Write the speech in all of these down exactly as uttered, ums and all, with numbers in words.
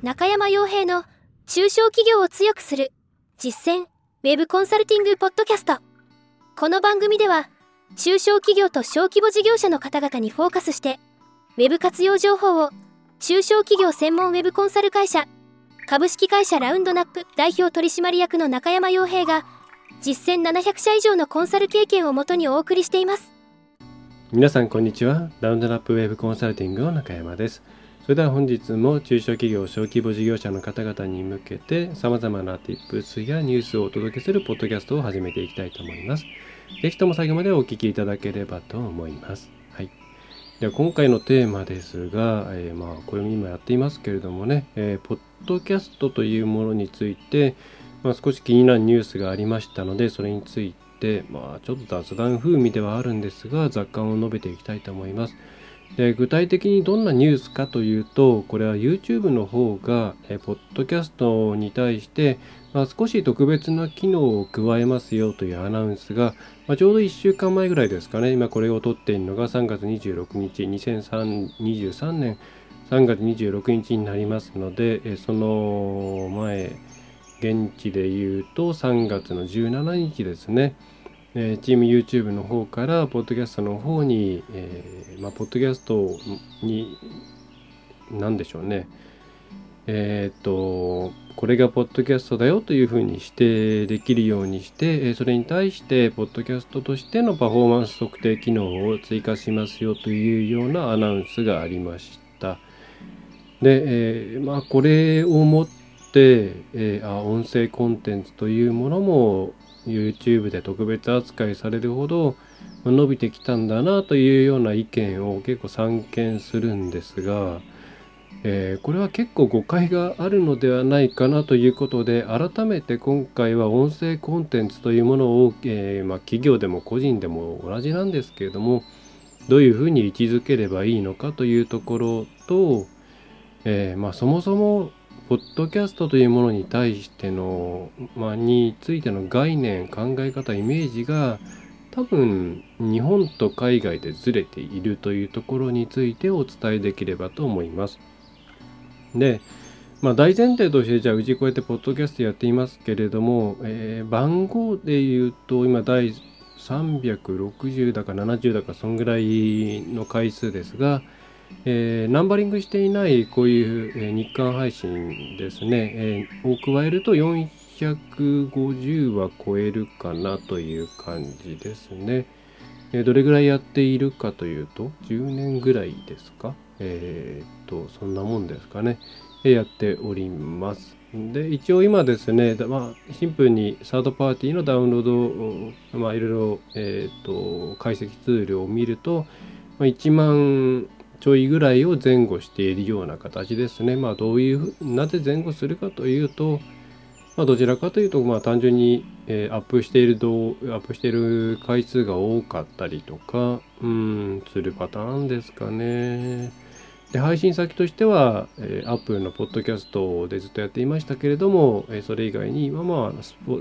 中山洋平の中小企業を強くする実践ウェブコンサルティングポッドキャスト。この番組では中小企業と小規模事業者の方々にフォーカスしてウェブ活用情報を中小企業専門ウェブコンサル会社株式会社ラウンドナップ代表取締役の中山洋平が実践ななひゃくしゃ以上のコンサル経験をもとにお送りしています。 皆さんこんにちは。ラウンドナップウェブコンサルティングの中山です。それでは本日も中小企業小規模事業者の方々に向けて様々な Tips やニュースをお届けするポッドキャストを始めていきたいと思います。ぜひとも最後までお聞きいただければと思います。はい。では今回のテーマですが、えー、まあこれも今やっていますけれどもね、えー、ポッドキャストというものについて、まあ、少し気になるニュースがありましたので、それについて、まあ、ちょっと雑談風味ではあるんですが、雑感を述べていきたいと思います。で具体的にどんなニュースかというと、これは YouTube の方が、えポッドキャストに対して、まあ、少し特別な機能を加えますよというアナウンスが、まあ、ちょうどいっしゅうかんまえぐらいですかね。今これを撮っているのがさんがつにじゅうろくにち、にせんにじゅうさんねんさんがつにじゅうろくにちになりますので、えその前、現地で言うとさんがつのじゅうしちにちですね。えー、チーム YouTube の方からポッドキャストの方に、えーまあ、ポッドキャストに何でしょうねえっ、ー、とこれがポッドキャストだよというふうに指定できるようにして、それに対してポッドキャストとしてのパフォーマンス測定機能を追加しますよというようなアナウンスがありました。で、えー、まあこれをもって、えー、あ音声コンテンツというものもYouTube で特別扱いされるほど伸びてきたんだなというような意見を結構散見するんですが、えー、これは結構誤解があるのではないかなということで、改めて今回は音声コンテンツというものを、えーまあ、企業でも個人でも同じなんですけれども、どういうふうに位置づければいいのかというところと、えーまあ、そもそもポッドキャストというものに対しての、まあ、についての概念、考え方、イメージが多分日本と海外でずれているというところについてお伝えできればと思います。で、まあ、大前提としてじゃあうちこうやってポッドキャストやっていますけれども、えー、番号で言うと今第さんびゃくろくじゅうだかななじゅうだかそんぐらいの回数ですが、えー、ナンバリングしていないこういう、えー、日刊配信ですね、えー、を加えるとよんひゃくごじゅうは超えるかなという感じですね。えー、どれぐらいやっているかというとじゅうねんぐらいですか、えー、っとそんなもんですかね、えー、やっております。で一応今ですね、まあ、シンプルにサードパーティーのダウンロードを、まあ、いろいろ、えー、っと解析ツールを見ると、まあ、いちまんちょいぐらいを前後しているような形ですね。まあどういうなぜ前後するかというと、まあ、どちらかというと、まあ単純に、えー、アップしている動アップしている回数が多かったりとか、うん、するパターンですかね。で配信先としては、えー、Apple のポッドキャストでずっとやっていましたけれども、えー、それ以外に今まあスポ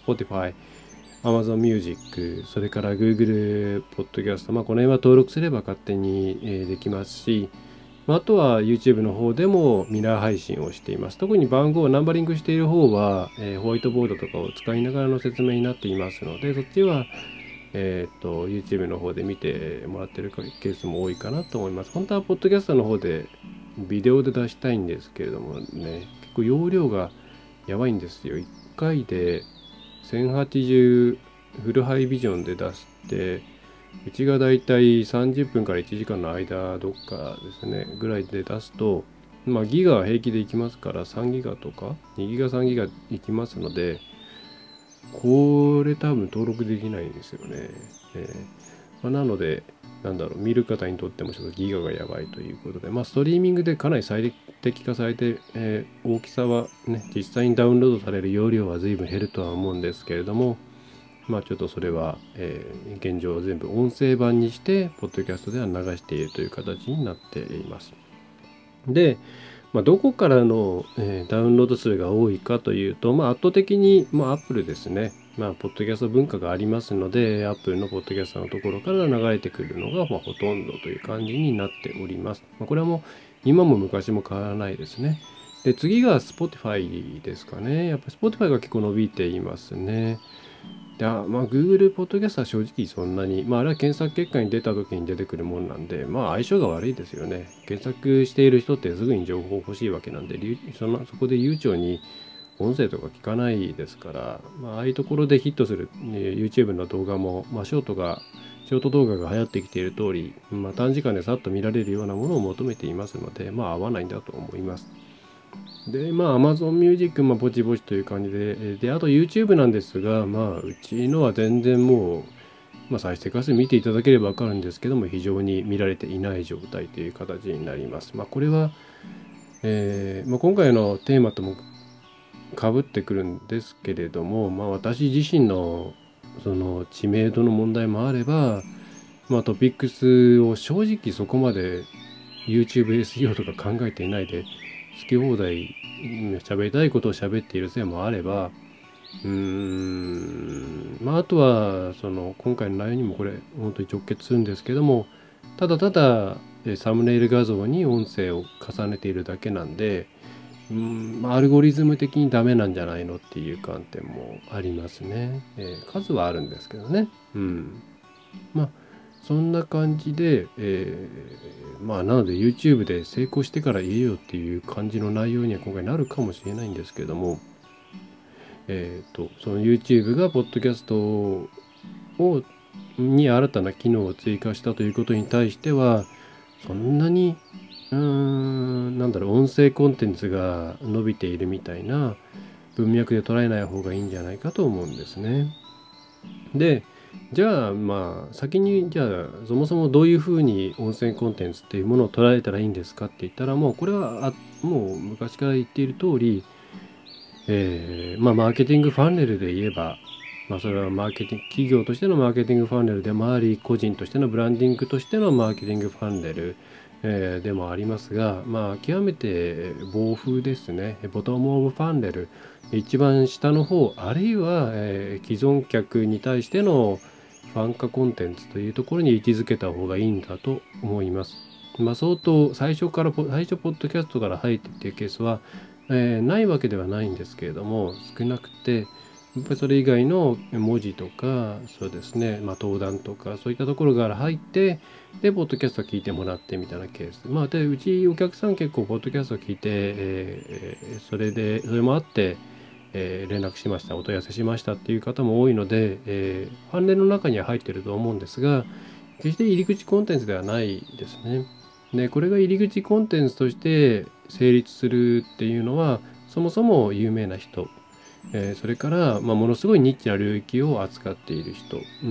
Spotify、Amazon Music、それから Google Podcast、まあこの辺は登録すれば勝手に、えー、できますし、あとは YouTube の方でもミラー配信をしています。特に番号をナンバリングしている方は、えー、ホワイトボードとかを使いながらの説明になっていますので、そっちは、えー、と YouTube の方で見てもらっているケースも多いかなと思います。本当はポッドキャストの方でビデオで出したいんですけれどもね、結構容量がやばいんですよ。いっかいでせんはちじゅうフルハイビジョンで出して、うちがだいたいさんじゅっぷんからいちじかんの間どっかですねぐらいで出すと、まあギガは平気でいきますから、さんギガとかにギガさんギガいきますので、これ多分登録できないんですよね。えーまあ、なのでなんだろう見る方にとってもちょっとギガがやばいということで、まあストリーミングでかなり最適化されて、えー、大きさはね実際にダウンロードされる容量は随分減るとは思うんですけれども、まあちょっとそれは、えー、現状全部音声版にしてポッドキャストでは流しているという形になっています。で、まあ、どこからの、えー、ダウンロード数が多いかというと、まあ、圧倒的に、まあ、Apple ですね。まあ、ポッドキャスト文化がありますので、Apple のポッドキャストのところから流れてくるのが、まあ、ほとんどという感じになっております。まあ、これはもう今も昔も変わらないですね。 で、次が Spotify ですかね。やっぱ Spotify が結構伸びていますね。で、あまあ、Google ポッドキャストは正直そんなに、まあ、あれは検索結果に出た時に出てくるもんなんで、まあ、相性が悪いですよね。検索している人ってすぐに情報欲しいわけなんで、流そのそこで悠長に音声とか聞かないですから、まあ、ああいうところでヒットする、ね、YouTube の動画も、まあ、ショートが、ショート動画が流行ってきている通り、まあ、短時間でさっと見られるようなものを求めていますので、まあ、合わないんだと思います。で、まあ、Amazon Music、まあ、ぼちぼちという感じで、で、あと YouTube なんですが、まあ、うちのは全然もう、まあ、再生回数見ていただければわかるんですけども、非常に見られていない状態という形になります。まあ、これは、えーまあ、今回のテーマともかぶってくるんですけれども、まあ、私自身のその知名度の問題もあれば、まあ、トピックスを正直そこまで YouTube エスイーオー とか考えていないで好き放題喋りたいことを喋っているせいもあれば、うーんまああとはその今回の内容にもこれ本当に直結するんですけども、ただただサムネイル画像に音声を重ねているだけなんで、うーんまあアルゴリズム的にダメなんじゃないのっていう観点もありますね。えー数はあるんですけどね。うんまあそんな感じで、えーまあなので YouTube で成功してから言えよっていう感じの内容には今回なるかもしれないんですけども、えっとその YouTube がポッドキャストをに新たな機能を追加したということに対しては、そんなにうーんなんだろう音声コンテンツが伸びているみたいな文脈で捉えない方がいいんじゃないかと思うんですね。で、じゃあまあ先にじゃあそもそもどういうふうに音声コンテンツっていうものを捉えたらいいんですかって言ったら、もうこれはあもう昔から言っている通り、えーまあマーケティングファンネルで言えば、まあそれはマーケティング企業としてのマーケティングファンネルでもあり、個人としてのブランディングとしてのマーケティングファンネル、えーでもありますが、まあ極めて暴風ですね。ボトムオブファンネル、一番下の方、あるいは、えー既存客に対してのファン化コンテンツというところに位置づけた方がいいんだと思います。まあ相当最初からポ最初ポッドキャストから入ってっていうケースは、えーないわけではないんですけれども、少なくて、やっぱりそれ以外の文字とか、そうですね、まあ、登壇とか、そういったところから入って、で、ポッドキャスト聞いてもらってみたいなケース。まあ、で、うちお客さん結構、ポッドキャスト聞いて、えーそれで、それもあって、えー連絡しました、お問い合わせしましたっていう方も多いので、えーファンネルの中には入ってると思うんですが、決して入り口コンテンツではないですね。で、これが入り口コンテンツとして成立するっていうのは、そもそも有名な人、えーそれから、まあ、ものすごいニッチな領域を扱っている人、うん、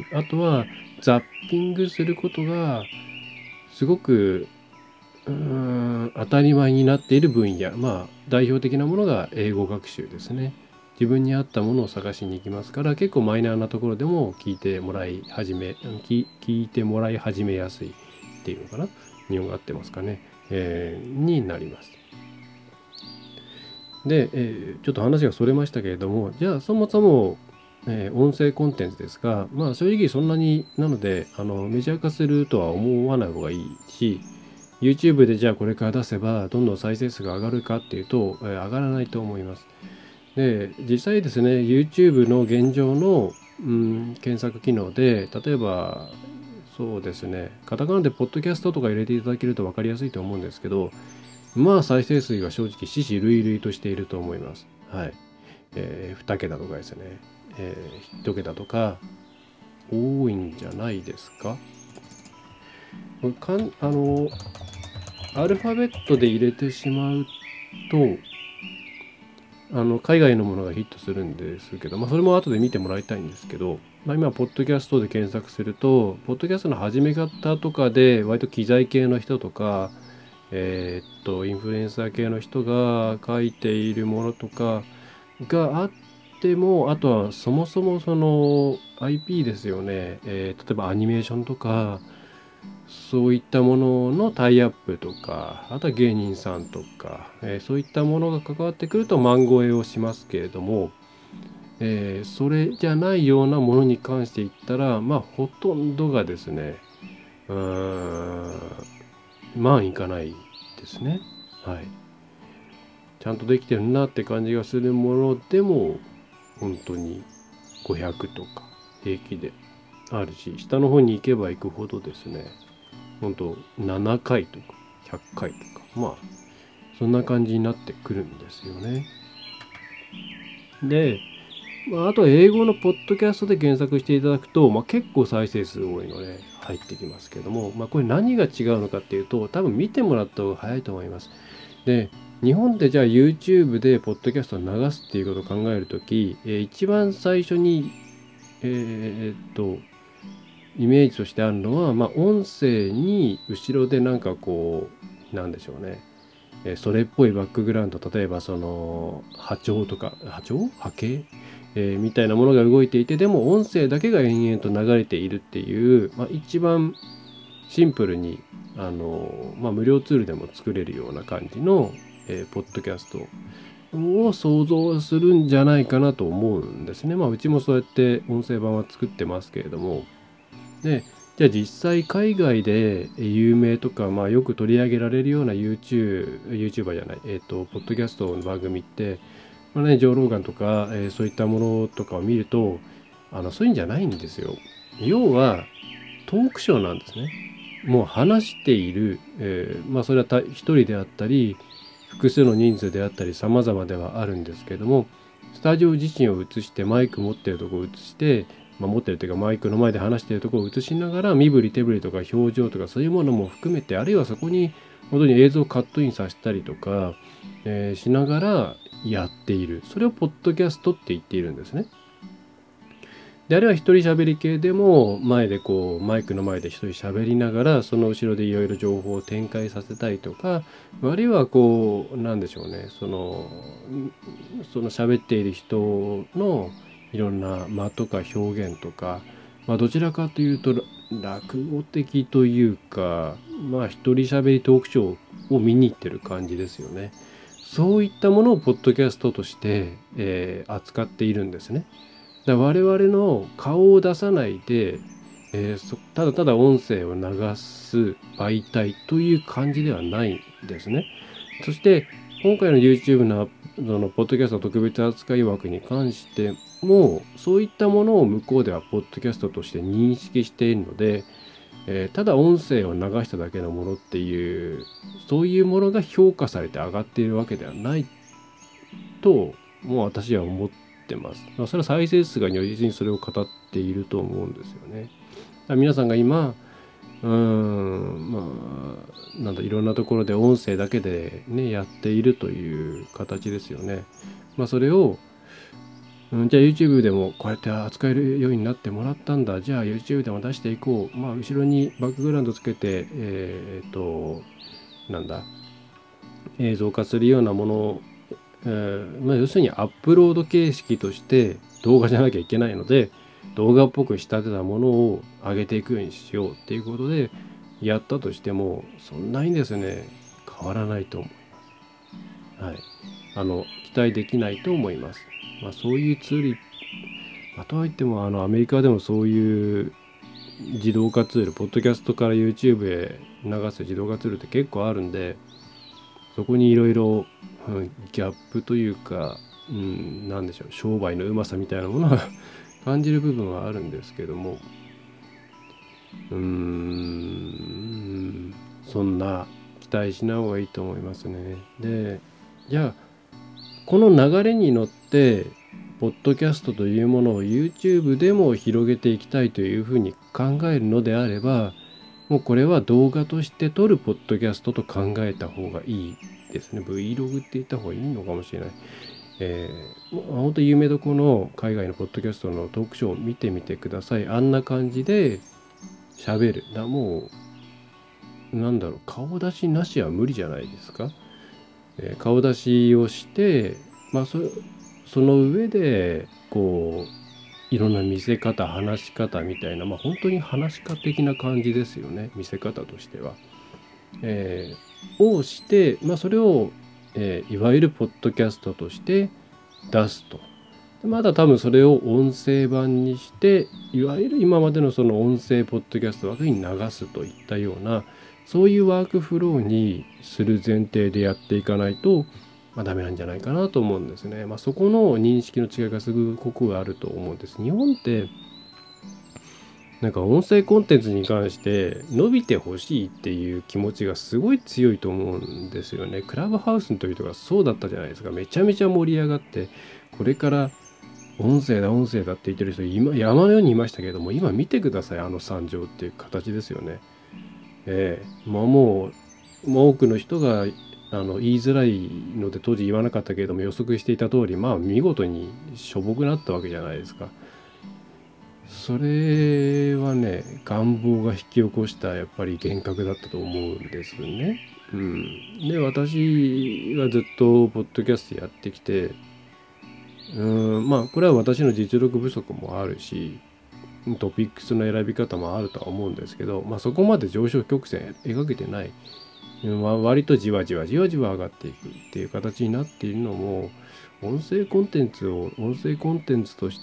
あとはザッピングすることがすごくうーん当たり前になっている分野、まあ代表的なものが英語学習ですね。自分に合ったものを探しに行きますから、結構マイナーなところでも聞いてもらい始め聞聞いてもらい始めやすいっていうのかな、日本語合ってますかね、えーになります。で、えーちょっと話がそれましたけれども、じゃあそもそも、えー音声コンテンツですが、まあ正直そんなになのであのメジャー化するとは思わない方がいいし、YouTube でじゃあこれから出せばどんどん再生数が上がるかっていうと、えー上がらないと思います。で、実際ですね、YouTube の現状の、うん、検索機能で、例えばそうですね、カタカナでポッドキャストとか入れていただけると分かりやすいと思うんですけど、まあ再生数は正直死死類類としていると思います。はい。えー、に桁とかですね、えー、いち桁とか多いんじゃないですか。これかんあのアルファベットで入れてしまうとあの海外のものがヒットするんですけど、まあ、それも後で見てもらいたいんですけど、まあ、今ポッドキャストで検索するとポッドキャストの始め方とかで割と機材系の人とかえーっとインフルエンサー系の人が書いているものとかがあっても、あとはそもそもその アイピー ですよね、えー例えばアニメーションとかそういったもののタイアップとか、あとは芸人さんとか、えーそういったものが関わってくると万超えをしますけれども、えーそれじゃないようなものに関して言ったら、まあほとんどがですね、うーん万いかないですね。はい。 ちゃんとできてるなって感じがするものでも本当にごひゃくとか平気であるし、下の方に行けば行くほどですね、本当ななかいとかひゃっかいとか、まあそんな感じになってくるんですよね。で、まあ、あとは英語のポッドキャストで検索していただくと、まあ、結構再生数多いので入ってきますけども、まあ、これ何が違うのかっていうと、多分見てもらった方が早いと思います。で、日本でじゃあ YouTube でポッドキャストを流すっていうことを考えるとき、えー一番最初に、えーっと、イメージとしてあるのは、まあ、音声に後ろでなんかこう、なんでしょうね。えーそれっぽいバックグラウンド、例えばその波長とか、波長波形、えーみたいなものが動いていて、でも音声だけが延々と流れているっていう、まあ、一番シンプルに、あのまあ、無料ツールでも作れるような感じの、えーポッドキャストを想像するんじゃないかなと思うんですね。まあ、うちもそうやって音声版は作ってますけれども、で、じゃあ実際海外で有名とか、まあ、よく取り上げられるような YouTube、YouTuber じゃない、えっと、ポッドキャストの番組って、まあね、ジョー・ローガンとか、えーそういったものとかを見ると、あの、そういうんじゃないんですよ。要は、トークショーなんですね。もう話している、えーまあそれはた一人であったり、複数の人数であったり様々ではあるんですけども、スタジオ自身を映してマイク持ってるところを映して、まあ、持ってるというかマイクの前で話しているところを映しながら身振り手振りとか表情とかそういうものも含めて、あるいはそこに本当に映像をカットインさせたりとか、えーしながらやっている。それをポッドキャストって言っているんですね。であれは一人喋り系でも前でこうマイクの前で一人喋りながらその後ろでいろいろ情報を展開させたりとか、あるいはこうなんでしょうね、そのその喋っている人のいろんな間とか表現とか、まあ、どちらかというと落語的というか、まあ一人喋りトークショーを見に行ってる感じですよね。そういったものをポッドキャストとして、えー扱っているんですね。だから我々の顔を出さないで、えーそただただ音声を流す媒体という感じではないんですね。そして今回の YouTube のそのポッドキャスト特別扱い枠に関してもそういったものを向こうではポッドキャストとして認識しているので、えーただ音声を流しただけのものっていうそういうものが評価されて上がっているわけではないともう私は思ってます。まあそれは再生数が如実にそれを語っていると思うんですよね。だから皆さんが今うーんまあなんだいろんなところで音声だけでねやっているという形ですよね。まあそれを、うん、じゃあ YouTube でもこうやって扱えるようになってもらったんだ、じゃあ YouTube でも出していこう、まあ後ろにバックグラウンドつけてえーっとなんだ映像化するようなものを、えーまあ、要するにアップロード形式として動画じゃなきゃいけないので動画っぽく仕立てたものを上げていくようにしようっていうことでやったとしてもそんなにですね変わらないと思います。はい、あの期待できないと思います。まあ、そういうツール、まあ、とはいってもあのアメリカでもそういう自動化ツール、ポッドキャストから YouTube へ流す自動化ツールって結構あるんで、そこにいろいろギャップというか、うん、なんでしょう、商売のうまさみたいなものは感じる部分はあるんですけども、うーん、そんな期待しない方がいいと思いますね。で、じゃあ、この流れに乗って、ポッドキャストというものを YouTube でも広げていきたいというふうに考えるのであれば、もうこれは動画として撮るポッドキャストと考えた方がいいですね。Vlog って言った方がいいのかもしれない。えー、本当有名どころの海外のポッドキャストのトークショーを見てみてください。あんな感じで喋る。だもう、なんだろう、顔出しなしは無理じゃないですか。えー顔出しをして、まあそ、その上で、こう、いろんな見せ方、話し方みたいな、まあ本当に話し家的な感じですよね、見せ方としては。えーをして、まあそれを、えーいわゆるポッドキャストとして出すと。でまだ多分それを音声版にして、いわゆる今までのその音声ポッドキャスト枠に流すといったような、そういうワークフローにする前提でやっていかないと、 まあ、ダメなんじゃないかなと思うんですね。まあ、そこの認識の違いがすごくあると思うんです。日本ってなんか音声コンテンツに関して伸びてほしいっていう気持ちがすごい強いと思うんですよね。クラブハウスの時とかそうだったじゃないですか。めちゃめちゃ盛り上がって、これから音声だ音声だって言ってる人今山のようにいましたけれども、今見てください、あの惨状っていう形ですよね。ええまあもう、もう多くの人があの言いづらいので当時言わなかったけれども予測していた通り、まあ見事にしょぼくなったわけじゃないですか。それはね、願望が引き起こしたやっぱり幻覚だったと思うんですね。うん。で、私がずっとポッドキャストやってきて、うーん、まあこれは私の実力不足もあるし、トピックスの選び方もあるとは思うんですけど、まあそこまで上昇曲線描けてない。まあ、割とじわじわじわじわ上がっていくっていう形になっているのも、音声コンテンツを音声コンテンツとして、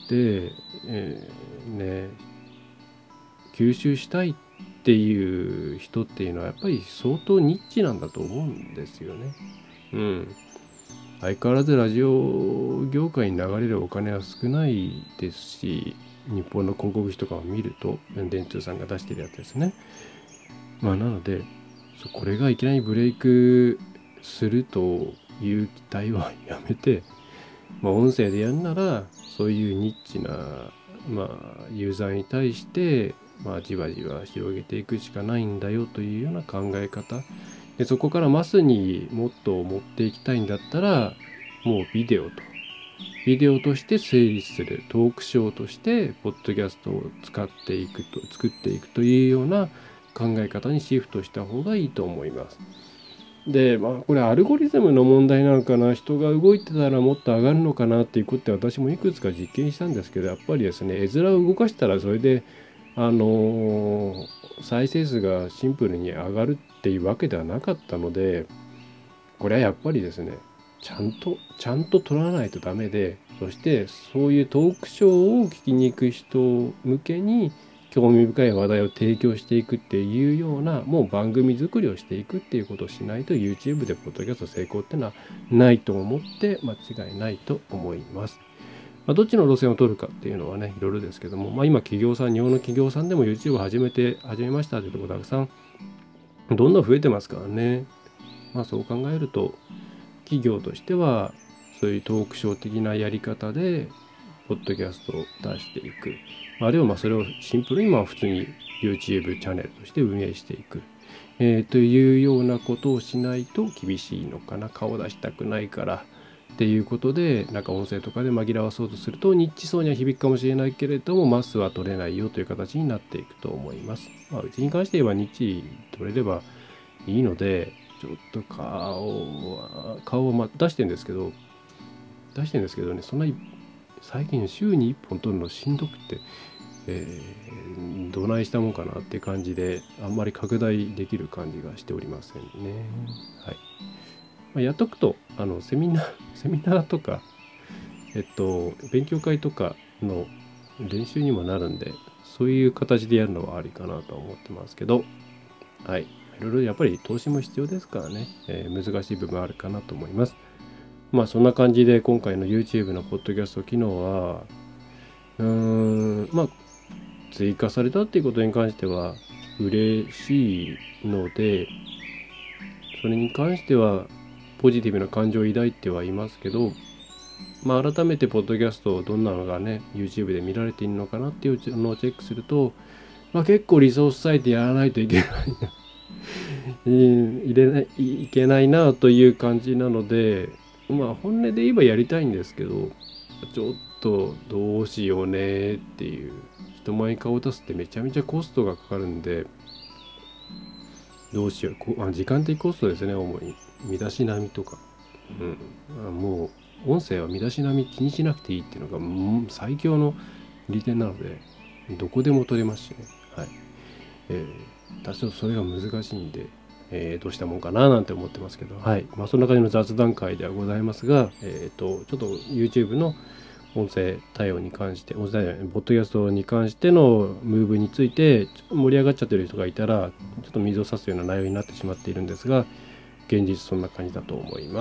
えーね、吸収したいっていう人っていうのはやっぱり相当ニッチなんだと思うんですよね。うん。相変わらずラジオ業界に流れるお金は少ないですし、日本の広告費とかを見ると、電通さんが出してるやつですね。まあなので、これがいきなりブレイクするという期待はやめて、まあ、音声でやるならそういうニッチな、まあ、ユーザーに対して、まあ、じわじわ広げていくしかないんだよというような考え方で、そこからマスにもっと持っていきたいんだったらもうビデオとビデオとして成立するトークショーとしてポッドキャストを使っていくと作っていくというような考え方にシフトした方がいいと思います。で、まあこれアルゴリズムの問題なのかな、人が動いてたらもっと上がるのかなっていうことで私もいくつか実験したんですけど、やっぱりですね、絵面を動かしたらそれであのー再生数がシンプルに上がるっていうわけではなかったので、これはやっぱりですね、ちゃんとちゃんと撮らないとダメで、そしてそういうトークショーを聞きに行く人向けに興味深い話題を提供していくっていうような、もう番組作りをしていくっていうことをしないと YouTube でポッドキャスト成功ってのはないと思って間違いないと思います。まあ、どっちの路線を取るかっていうのはね、いろいろですけども、まあ、今企業さん、日本の企業さんでも YouTube を始めて始めましたっていうところたくさんどんどん増えてますからね。まあそう考えると企業としてはそういうトークショー的なやり方でポッドキャストを出していく、あるいはまあそれをシンプルにまあ普通に YouTube チャンネルとして運営していく、えー、というようなことをしないと厳しいのかな。顔出したくないからっていうことで、なんか音声とかで紛らわそうとするとニッチそうには響くかもしれないけれどもマスは取れないよという形になっていくと思います。まあうちに関して言えばニッチ取れればいいので、ちょっと顔は顔をま出してるんですけど出してるんですけどね、そんなに最近週にいっぽん撮るのしんどくて、えー、どないしたもんかなっていう感じで、あんまり拡大できる感じがしておりませんね。はい。まあ、やっとくと、あのセミナー、セミナーとか、えっと、勉強会とかの練習にもなるんで、そういう形でやるのはありかなと思ってますけど、はい。いろいろやっぱり投資も必要ですからね、えー、難しい部分あるかなと思います。まあそんな感じで今回の YouTube のポッドキャスト機能は、うーん、まあ追加されたっていうことに関しては嬉しいので、それに関してはポジティブな感情を抱いてはいますけど、まあ改めてポッドキャストどんなのがね YouTube で見られているのかなっていうのをチェックすると、まあ結構リソース割いてやらないといけないな入れないいけないなという感じなので、まあ本音で言えばやりたいんですけど、ちょっとどうしようねっていう、人前に顔を出すってめちゃめちゃコストがかかるんで、どうしよう、こあ時間的コストですね。主に身だしなみとか、うん、もう音声は身だしなみ気にしなくていいっていうのが、うん、最強の利点なので、どこでも取れますしね。はい。えー、多少それが難しいんで、えー、どうしたもんかななんて思ってますけど、はい。まあそんな感じの雑談会ではございますが、えっと、ちょっと YouTube の音声対応に関して、音声対応、ポッドキャストに関してのムーブについて盛り上がっちゃってる人がいたら、ちょっと水を差すような内容になってしまっているんですが、現実そんな感じだと思います。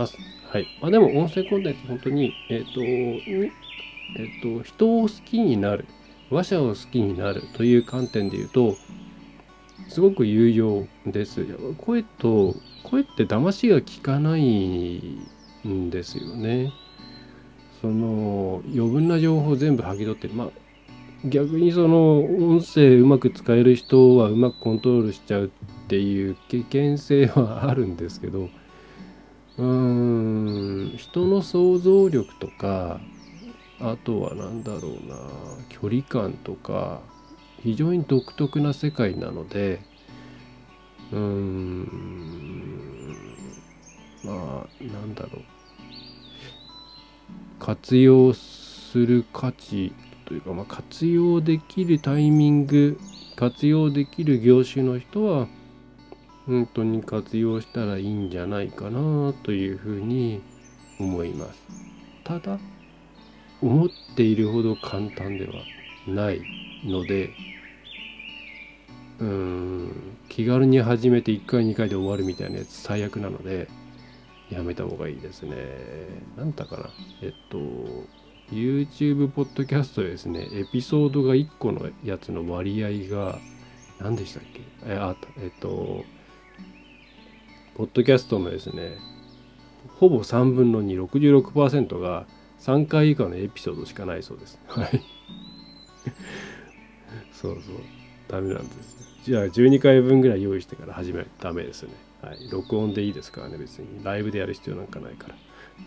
はい。まあでも音声コンテンツ本当に、えっ、と、えっ、と、人を好きになる、話者を好きになるという観点で言うと、すごく有用です。声と、声って騙しが効かないんですよね。その余分な情報を全部剥ぎ取ってる。まあ逆にその音声うまく使える人はうまくコントロールしちゃうっていう危険性はあるんですけど、うーん、人の想像力とか、あとはなんだろうな、距離感とか、非常に独特な世界なので、うーん、まあ、なんだろう、活用する価値というか、まあ、活用できるタイミング、活用できる業種の人は、本当に活用したらいいんじゃないかなというふうに思います。ただ、思っているほど簡単ではないので、うーん、気軽に始めていっかいにかいで終わるみたいなやつ最悪なので、やめた方がいいですね。なんだかな。えっと、YouTube ポッドキャストでですね、エピソードがいっこのやつの割合が、何でしたっけ？え、あった。えっと、ポッドキャストのですね、ほぼさんぶんのに、ろくじゅうろくパーセント がさんかい以下のエピソードしかないそうです。はい。そうそう。ダメなんです。じゃあじゅうにかいぶんぐらい用意してから始めるとダメですね。はい。録音でいいですからね、別に。ライブでやる必要なんかないから。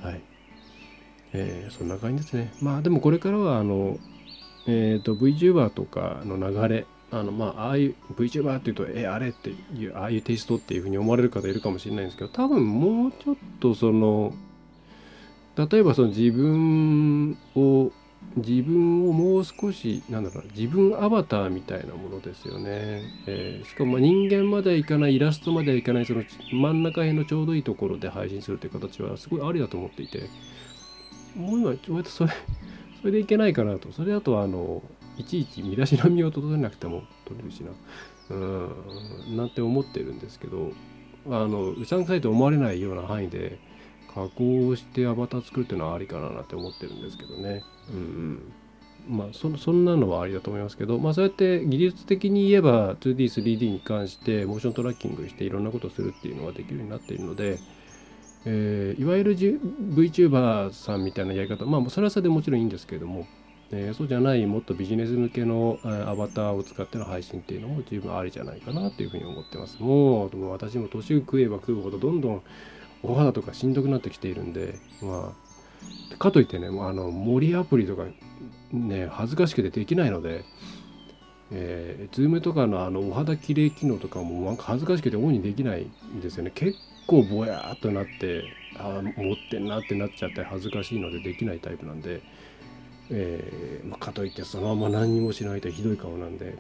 はい。えー、そんな感じですね。まあでもこれからは、あの、えっと、VTuber とかの流れ、あの、まあ、ああいう VTuber っていうと、え、あれっていう、ああいうテイストっていうふうに思われる方いるかもしれないんですけど、多分もうちょっとその、例えばその自分を、自分をもう少し、なんだろうな、自分アバターみたいなものですよね。えーしかもまあ人間まではいかない、イラストまではいかない、その真ん中辺のちょうどいいところで配信するという形はすごいありだと思っていて、もう今、割とそれ、それでいけないかなと。それだと、あの、いちいち身だしなみを整えなくても取れるしな。うーん、なんて思ってるんですけど、あの、うさんくさいと思われないような範囲で、加工してアバター作るっていうのはありかななんて思ってるんですけどね。うんうん。まあそ、そんなのはありだと思いますけど、まあそうやって技術的に言えば ツーディー、スリーディー に関してモーショントラッキングしていろんなことをするっていうのができるようになっているので、えーいわゆる、じゅ VTuber さんみたいなやり方、まあそれはそれでもちろんいいんですけれども、えーそうじゃないもっとビジネス向けのえーアバターを使っての配信っていうのも十分ありじゃないかなというふうに思ってます。もう、でも私も年食えば食うほどどんどんお肌とかしんどくなってきているんで、まあ、かといってね、もうあの森アプリとかね、恥ずかしくてできないので、えー、ズームとかのあのお肌きれい機能とかもなんか恥ずかしくてオンにできないんですよね。結構ぼやーっとなって、あー持ってんなってなっちゃって恥ずかしいのでできないタイプなんで、えーまあ、かといってそのまま何にもしないとひどい顔なんで、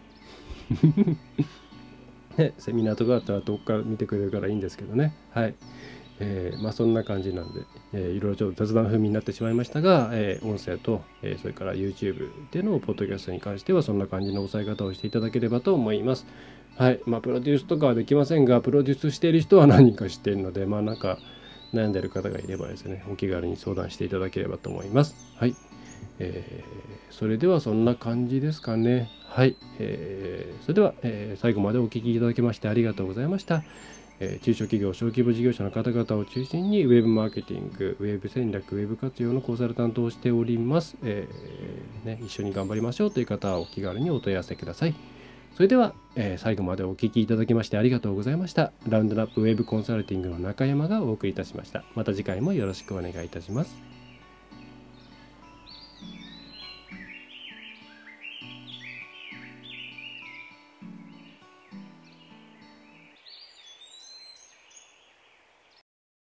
ね、セミナーとかだったらどっから見てくれるからいいんですけどね。はい。えーまあそんな感じなんで、えーいろいろちょっと雑談風味になってしまいましたが、えー音声と、えーそれから YouTube でのポッドキャストに関してはそんな感じの押さえ方をしていただければと思います。はい。まあプロデュースとかはできませんが、プロデュースしている人は何人か知っているので、まあなんか悩んでいる方がいればですね、お気軽に相談していただければと思います。はい。えーそれではそんな感じですかね。はい。えーそれでは、えー最後までお聞きいただきましてありがとうございました。えー中小企業、小規模事業者の方々を中心にウェブマーケティング、ウェブ戦略、ウェブ活用のコンサルタントをしております。えーね、一緒に頑張りましょうという方はお気軽にお問い合わせください。それでは、えー最後までお聞きいただきましてありがとうございました。ラウンドナップウェブコンサルティングの中山がお送りいたしました。また次回もよろしくお願いいたします。